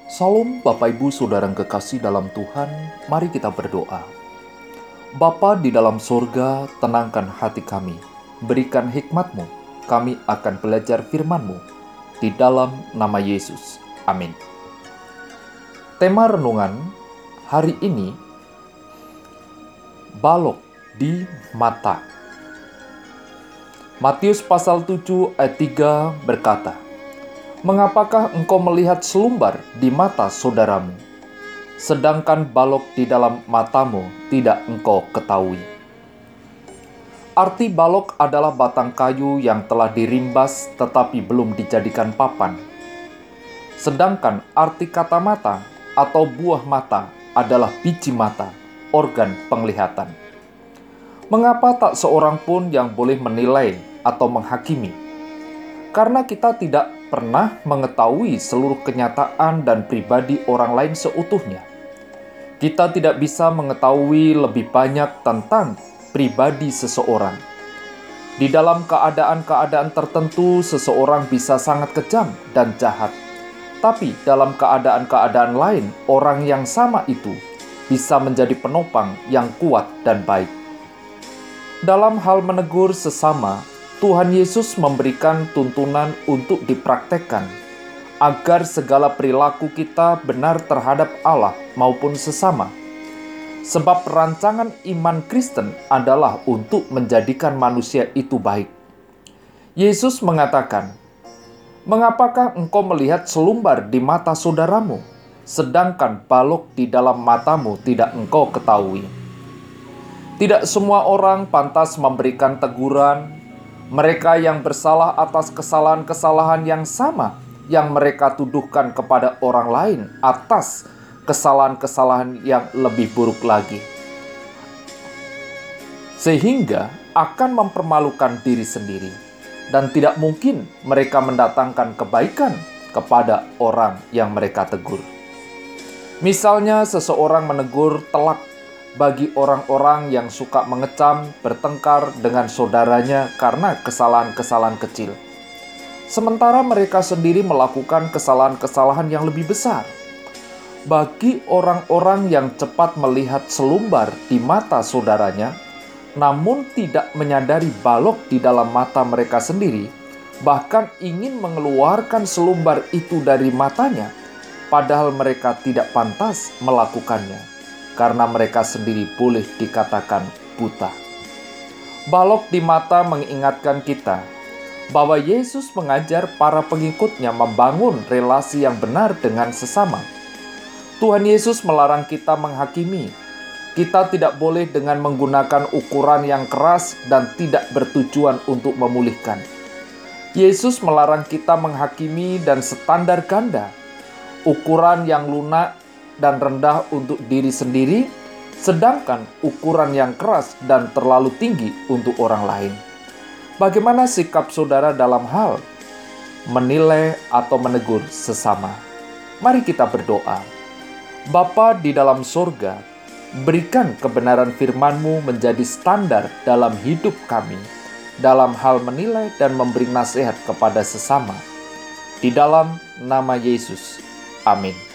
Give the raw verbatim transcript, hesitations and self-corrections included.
Salam Bapak Ibu Saudara yang kekasih dalam Tuhan, mari kita berdoa. Bapa di dalam sorga, tenangkan hati kami, berikan hikmat-Mu, kami akan belajar firman-Mu, di dalam nama Yesus. Amin. Tema renungan hari ini, balok di mata. Matius pasal tujuh ayat tiga berkata, "Mengapakah engkau melihat selumbar di mata saudaramu, sedangkan balok di dalam matamu tidak engkau ketahui?" Arti balok adalah batang kayu yang telah dirimbas tetapi belum dijadikan papan. Sedangkan arti kata mata atau buah mata adalah biji mata, organ penglihatan. Mengapa tak seorang pun yang boleh menilai atau menghakimi? Karena kita tidak pernah mengetahui seluruh kenyataan dan pribadi orang lain seutuhnya. Kita tidak bisa mengetahui lebih banyak tentang pribadi seseorang. Di dalam keadaan-keadaan tertentu, seseorang bisa sangat kejam dan jahat. Tapi dalam keadaan-keadaan lain, orang yang sama itu bisa menjadi penopang yang kuat dan baik. Dalam hal menegur sesama, Tuhan Yesus memberikan tuntunan untuk dipraktekkan, agar segala perilaku kita benar terhadap Allah maupun sesama. Sebab rancangan iman Kristen adalah untuk menjadikan manusia itu baik. Yesus mengatakan, "Mengapakah engkau melihat selumbar di mata saudaramu, sedangkan balok di dalam matamu tidak engkau ketahui?" Tidak semua orang pantas memberikan teguran. Mereka yang bersalah atas kesalahan-kesalahan yang sama yang mereka tuduhkan kepada orang lain atas kesalahan-kesalahan yang lebih buruk lagi, sehingga akan mempermalukan diri sendiri, dan tidak mungkin mereka mendatangkan kebaikan kepada orang yang mereka tegur. Misalnya seseorang menegur telak bagi orang-orang yang suka mengecam, bertengkar dengan saudaranya karena kesalahan-kesalahan kecil, sementara mereka sendiri melakukan kesalahan-kesalahan yang lebih besar. Bagi orang-orang yang cepat melihat selumbar di mata saudaranya, namun tidak menyadari balok di dalam mata mereka sendiri, bahkan ingin mengeluarkan selumbar itu dari matanya, padahal mereka tidak pantas melakukannya, karena mereka sendiri boleh dikatakan buta. Balok di mata mengingatkan kita bahwa Yesus mengajar para pengikutnya membangun relasi yang benar dengan sesama. Tuhan Yesus melarang kita menghakimi. Kita tidak boleh dengan menggunakan ukuran yang keras dan tidak bertujuan untuk memulihkan. Yesus melarang kita menghakimi dan standar ganda, ukuran yang lunak dan rendah untuk diri sendiri, sedangkan ukuran yang keras dan terlalu tinggi untuk orang lain. Bagaimana sikap saudara dalam hal menilai atau menegur sesama? Mari kita berdoa. Bapa di dalam sorga, berikan kebenaran firman-Mu menjadi standar dalam hidup kami, dalam hal menilai dan memberi nasihat kepada sesama. Di dalam nama Yesus. Amin.